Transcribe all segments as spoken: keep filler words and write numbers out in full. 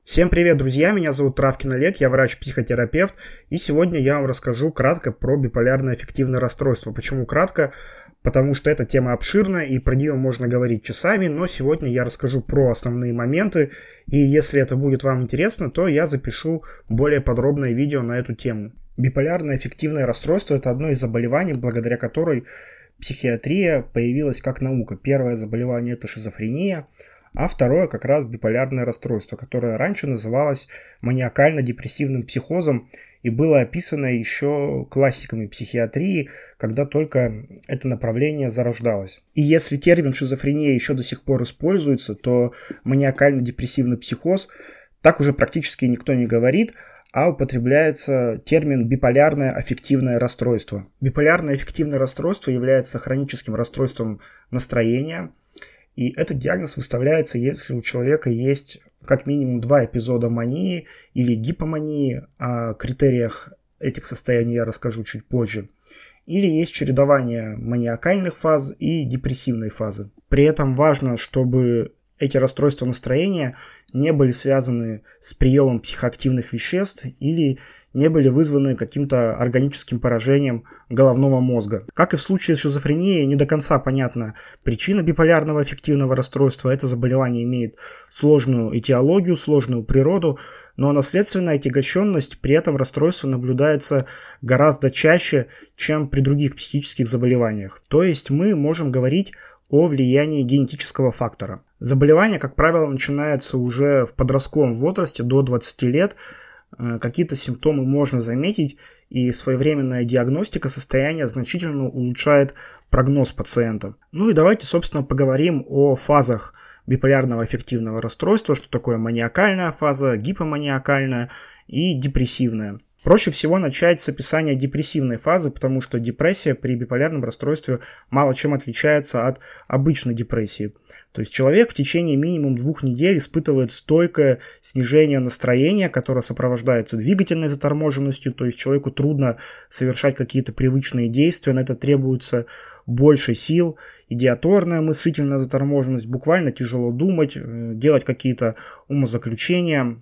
Всем привет, друзья! Меня зовут Травкин Олег, я врач-психотерапевт, и сегодня я вам расскажу кратко про биполярное аффективное расстройство. Почему кратко? Потому что эта тема обширная, и про нее можно говорить часами, но сегодня я расскажу про основные моменты, и если это будет вам интересно, то я запишу более подробное видео на эту тему. Биполярное аффективное расстройство – это одно из заболеваний, благодаря которой психиатрия появилась как наука. Первое заболевание – это шизофрения, а второе как раз биполярное расстройство, которое раньше называлось маниакально-депрессивным психозом и было описано еще классиками психиатрии, когда только это направление зарождалось. И если термин шизофрения еще до сих пор используется, то маниакально-депрессивный психоз так уже практически никто не говорит, а употребляется термин биполярное аффективное расстройство. Биполярное аффективное расстройство является хроническим расстройством настроения. И этот диагноз выставляется, если у человека есть как минимум два эпизода мании или гипомании. О критериях этих состояний я расскажу чуть позже. Или есть чередование маниакальных фаз и депрессивной фазы. При этом важно, чтобы эти расстройства настроения не были связаны с приемом психоактивных веществ или не были вызваны каким-то органическим поражением головного мозга. Как и в случае с шизофренией, не до конца понятна причина биполярного аффективного расстройства. Это заболевание имеет сложную этиологию, сложную природу, но наследственная отягощенность при этом расстройстве наблюдается гораздо чаще, чем при других психических заболеваниях. То есть мы можем говорить о влиянии генетического фактора. Заболевание, как правило, начинается уже в подростковом возрасте, до двадцати лет. Какие-то симптомы можно заметить, и своевременная диагностика состояния значительно улучшает прогноз пациента. Ну и давайте, собственно, поговорим о фазах биполярного аффективного расстройства, что такое маниакальная фаза, гипоманиакальная и депрессивная. Проще всего начать с описания депрессивной фазы, потому что депрессия при биполярном расстройстве мало чем отличается от обычной депрессии. То есть человек в течение минимум двух недель испытывает стойкое снижение настроения, которое сопровождается двигательной заторможенностью, то есть человеку трудно совершать какие-то привычные действия, на это требуется больше сил, идиаторная мыслительная заторможенность, буквально тяжело думать, делать какие-то умозаключения.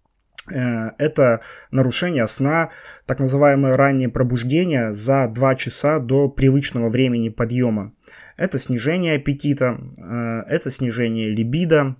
Это нарушение сна, так называемое раннее пробуждение за два часа до привычного времени подъема. Это снижение аппетита, это снижение либидо,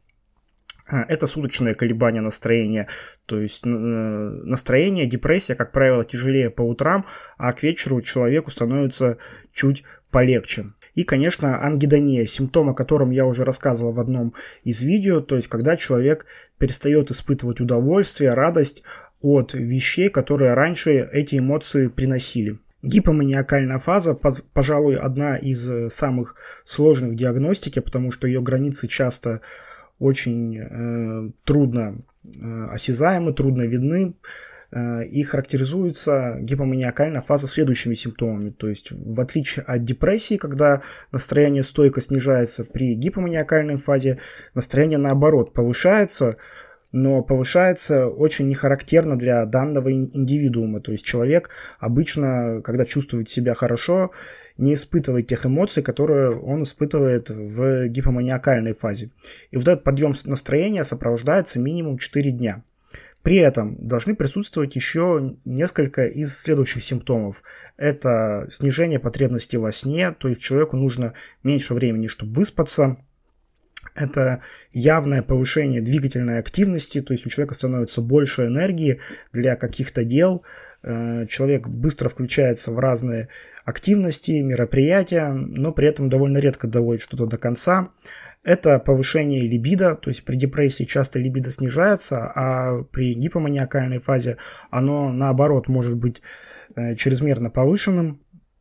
это суточное колебание настроения. То есть настроение, депрессия, как правило, тяжелее по утрам, а к вечеру человеку становится чуть полегче. И, конечно, ангидония, симптом, о котором я уже рассказывал в одном из видео, то есть когда человек перестает испытывать удовольствие, радость от вещей, которые раньше эти эмоции приносили. Гипоманиакальная фаза, пожалуй, одна из самых сложных в диагностике, потому что ее границы часто очень э, трудно э, осязаемы, трудно видны. И характеризуется гипоманиакальная фаза следующими симптомами. То есть, в отличие от депрессии, когда настроение стойко снижается, при гипоманиакальной фазе настроение, наоборот, повышается, но повышается очень нехарактерно для данного индивидуума. То есть, человек обычно, когда чувствует себя хорошо, не испытывает тех эмоций, которые он испытывает в гипоманиакальной фазе. И вот этот подъем настроения сопровождается минимум четыре дня. При этом должны присутствовать еще несколько из следующих симптомов. Это снижение потребностей во сне, то есть человеку нужно меньше времени, чтобы выспаться. Это явное повышение двигательной активности, то есть у человека становится больше энергии для каких-то дел. Человек быстро включается в разные активности, мероприятия, но при этом довольно редко доводит что-то до конца. Это повышение либидо, то есть при депрессии часто либидо снижается, а при гипоманиакальной фазе оно, наоборот, может быть э, чрезмерно повышенным.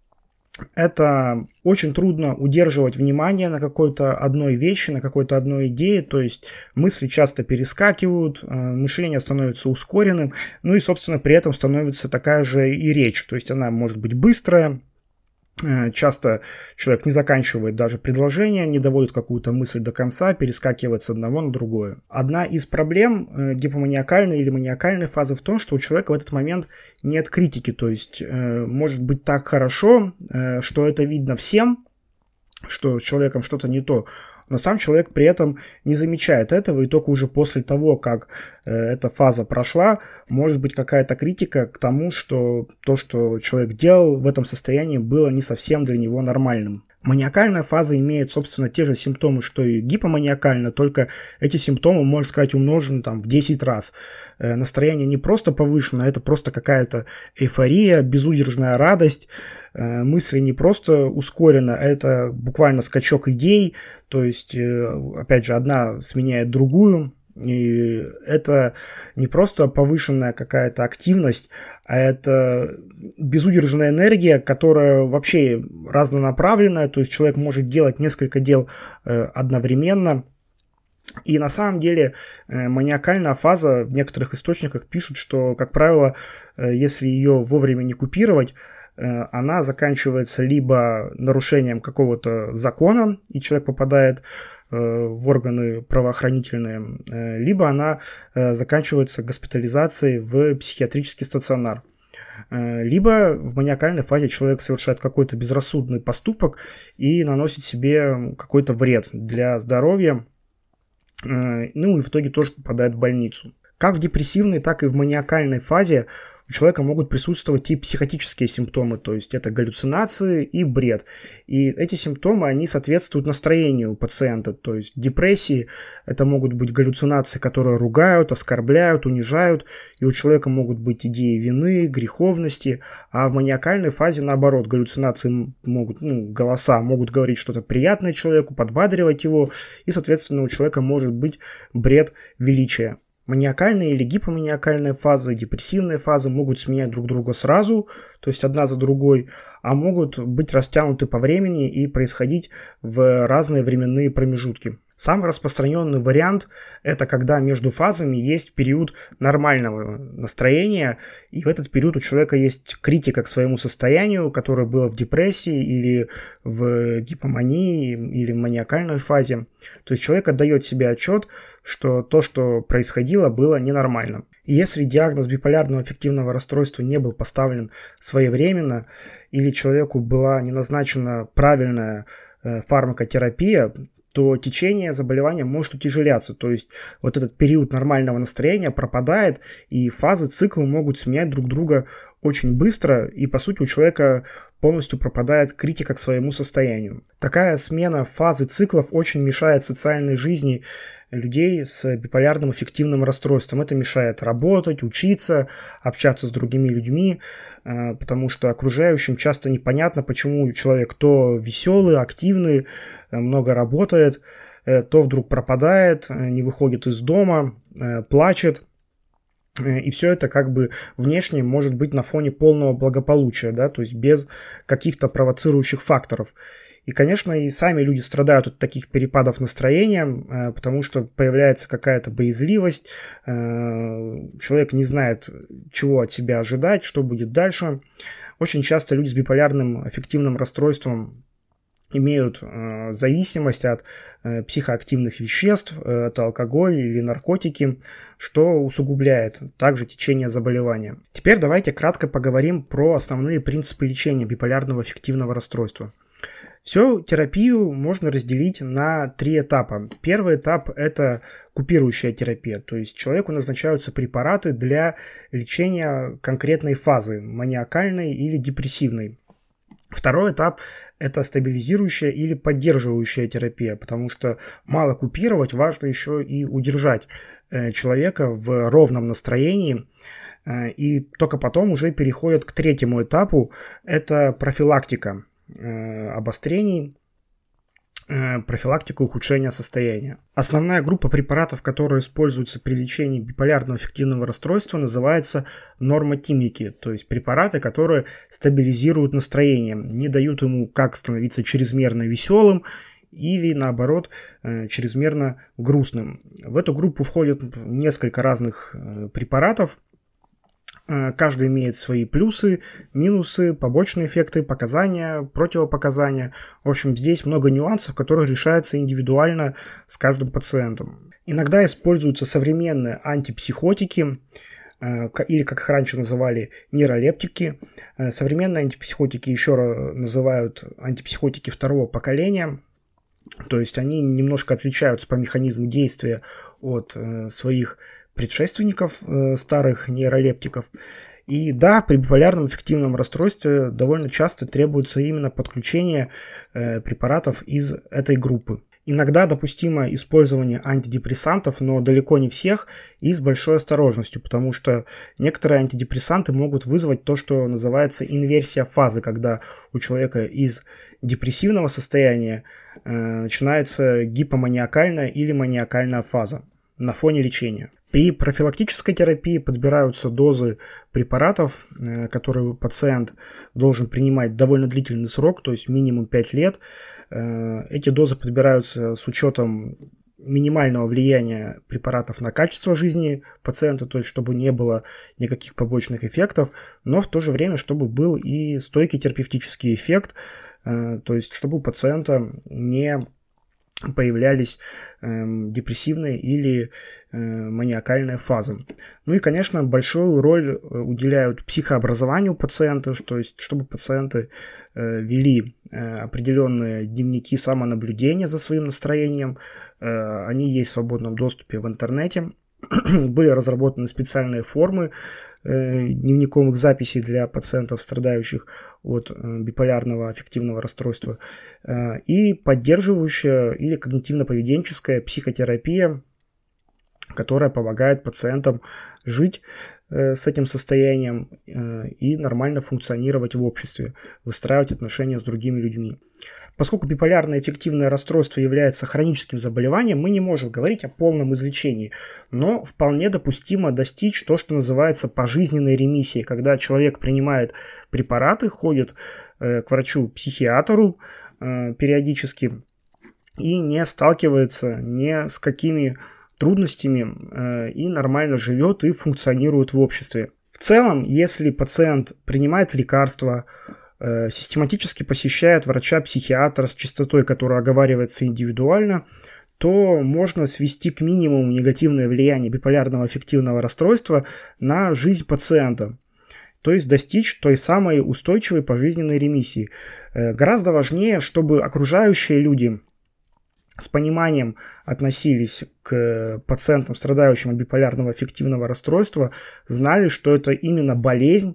Это очень трудно удерживать внимание на какой-то одной вещи, на какой-то одной идее, то есть мысли часто перескакивают, э, мышление становится ускоренным, ну и, собственно, при этом становится такая же и речь, то есть она может быть быстрая. Часто человек не заканчивает даже предложение, не доводит какую-то мысль до конца, перескакивает с одного на другое. Одна из проблем гипоманиакальной или маниакальной фазы в том, что у человека в этот момент нет критики, то есть может быть так хорошо, что это видно всем, что с человеком что-то не то, но сам человек при этом не замечает этого, и только уже после того, как э, эта фаза прошла, может быть какая-то критика к тому, что то, что человек делал в этом состоянии, было не совсем для него нормальным. Маниакальная фаза имеет, собственно, те же симптомы, что и гипоманиакальная, только эти симптомы, можно сказать, умножены там в десять раз. Э, настроение не просто повышено, это просто какая-то эйфория, безудержная радость. Э, мысли не просто ускоренно, это буквально скачок идей, то есть, э, опять же, одна сменяет другую. И это не просто повышенная какая-то активность, а это безудержная энергия, которая вообще разнонаправленная, то есть человек может делать несколько дел э, одновременно. И на самом деле э, маниакальная фаза в некоторых источниках пишут, что, как правило, э, если ее вовремя не купировать, э, она заканчивается либо нарушением какого-то закона, и человек попадает в органы правоохранительные, либо она заканчивается госпитализацией в психиатрический стационар. Либо в маниакальной фазе человек совершает какой-то безрассудный поступок и наносит себе какой-то вред для здоровья, ну и в итоге тоже попадает в больницу. Как в депрессивной, так и в маниакальной фазе у человека могут присутствовать и психотические симптомы, то есть это галлюцинации и бред. И эти симптомы, они соответствуют настроению пациента, то есть в депрессии это могут быть галлюцинации, которые ругают, оскорбляют, унижают, и у человека могут быть идеи вины, греховности, а в маниакальной фазе наоборот, галлюцинации могут, ну, голоса могут говорить что-то приятное человеку, подбадривать его, и, соответственно, у человека может быть бред величия. Маниакальные или гипоманиакальные фазы, депрессивные фазы могут сменять друг друга сразу, то есть одна за другой, а могут быть растянуты по времени и происходить в разные временные промежутки. Самый распространенный вариант – это когда между фазами есть период нормального настроения, и в этот период у человека есть критика к своему состоянию, которое было в депрессии или в гипомании или в маниакальной фазе. То есть человек отдает себе отчет, что то, что происходило, было ненормально. И если диагноз биполярного аффективного расстройства не был поставлен своевременно, или человеку была не назначена правильная фармакотерапия, то течение заболевания может утяжеляться. То есть вот этот период нормального настроения пропадает, и фазы, циклы могут сменять друг друга очень быстро, и по сути у человека полностью пропадает критика к своему состоянию. Такая смена фазы циклов очень мешает социальной жизни людей с биполярным аффективным расстройством. Это мешает работать, учиться, общаться с другими людьми, потому что окружающим часто непонятно, почему человек то веселый, активный, много работает, то вдруг пропадает, не выходит из дома, плачет. И все это как бы внешне может быть на фоне полного благополучия, да, то есть без каких-то провоцирующих факторов. И, конечно, и сами люди страдают от таких перепадов настроения, потому что появляется какая-то боязливость, человек не знает, чего от себя ожидать, что будет дальше. Очень часто люди с биполярным аффективным расстройством имеют э, зависимость от э, психоактивных веществ, э, от алкоголя или наркотики, что усугубляет также течение заболевания. Теперь давайте кратко поговорим про основные принципы лечения биполярного аффективного расстройства. Всю терапию можно разделить на три этапа. Первый этап – это купирующая терапия, то есть человеку назначаются препараты для лечения конкретной фазы, маниакальной или депрессивной. Второй этап – это стабилизирующая или поддерживающая терапия, потому что мало купировать, важно еще и удержать человека в ровном настроении, и только потом уже переходят к третьему этапу – это профилактика обострений, профилактика ухудшения состояния. Основная группа препаратов, которые используются при лечении биполярного аффективного расстройства, называется нормотимики, то есть препараты, которые стабилизируют настроение, не дают ему как становиться чрезмерно веселым или, наоборот, чрезмерно грустным. В эту группу входят несколько разных препаратов. Каждый имеет свои плюсы, минусы, побочные эффекты, показания, противопоказания. В общем, здесь много нюансов, которые решаются индивидуально с каждым пациентом. Иногда используются современные антипсихотики, или, как их раньше называли, нейролептики. Современные антипсихотики еще называют антипсихотики второго поколения. То есть они немножко отличаются по механизму действия от э, своих предшественников, э, старых нейролептиков. И да, при биполярном аффективном расстройстве довольно часто требуется именно подключение э, препаратов из этой группы. Иногда допустимо использование антидепрессантов, но далеко не всех и с большой осторожностью, потому что некоторые антидепрессанты могут вызвать то, что называется инверсия фазы, когда у человека из депрессивного состояния э, начинается гипоманиакальная или маниакальная фаза на фоне лечения. При профилактической терапии подбираются дозы препаратов, которые пациент должен принимать довольно длительный срок, то есть минимум пять лет. Эти дозы подбираются с учетом минимального влияния препаратов на качество жизни пациента, то есть чтобы не было никаких побочных эффектов, но в то же время, чтобы был и стойкий терапевтический эффект, то есть чтобы у пациента не появлялись э, депрессивные или э, маниакальные фазы. Ну и, конечно, большую роль уделяют психообразованию пациента, то есть чтобы пациенты э, вели э, определенные дневники самонаблюдения за своим настроением. Э, они есть в свободном доступе в интернете. Были разработаны специальные формы э, дневниковых записей для пациентов, страдающих от э, биполярного аффективного расстройства, э, и поддерживающая или когнитивно-поведенческая психотерапия, которая помогает пациентам жить э, с этим состоянием э, и нормально функционировать в обществе, выстраивать отношения с другими людьми. Поскольку биполярное аффективное расстройство является хроническим заболеванием, мы не можем говорить о полном излечении, но вполне допустимо достичь то, что называется пожизненной ремиссией, когда человек принимает препараты, ходит э, к врачу-психиатру э, периодически и не сталкивается ни с какими трудностями э, и нормально живет и функционирует в обществе. В целом, если пациент принимает лекарства, систематически посещает врача-психиатра с частотой, которая оговаривается индивидуально, то можно свести к минимуму негативное влияние биполярного аффективного расстройства на жизнь пациента, то есть достичь той самой устойчивой пожизненной ремиссии. Гораздо важнее, чтобы окружающие люди с пониманием относились к пациентам, страдающим от биполярного аффективного расстройства, знали, что это именно болезнь,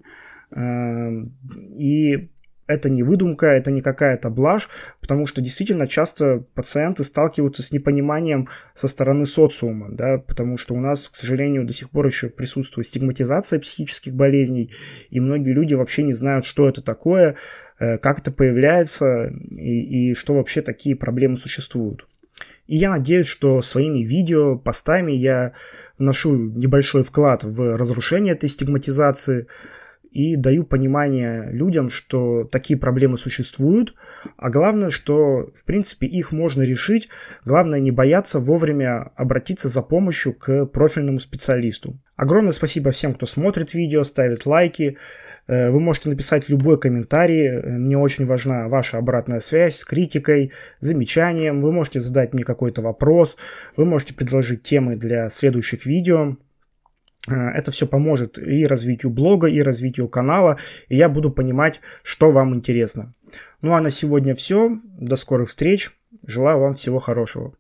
и это не выдумка, это не какая-то блажь, потому что действительно часто пациенты сталкиваются с непониманием со стороны социума, да, потому что у нас, к сожалению, до сих пор еще присутствует стигматизация психических болезней, и многие люди вообще не знают, что это такое, как это появляется и, и что вообще такие проблемы существуют. И я надеюсь, что своими видео, постами я вношу небольшой вклад в разрушение этой стигматизации, и даю понимание людям, что такие проблемы существуют, а главное, что, в принципе, их можно решить. Главное, не бояться вовремя обратиться за помощью к профильному специалисту. Огромное спасибо всем, кто смотрит видео, ставит лайки. Вы можете написать любой комментарий. Мне очень важна ваша обратная связь с критикой, замечанием. Вы можете задать мне какой-то вопрос. Вы можете предложить темы для следующих видео. Это все поможет и развитию блога, и развитию канала, и я буду понимать, что вам интересно. Ну а на сегодня все. До скорых встреч. Желаю вам всего хорошего.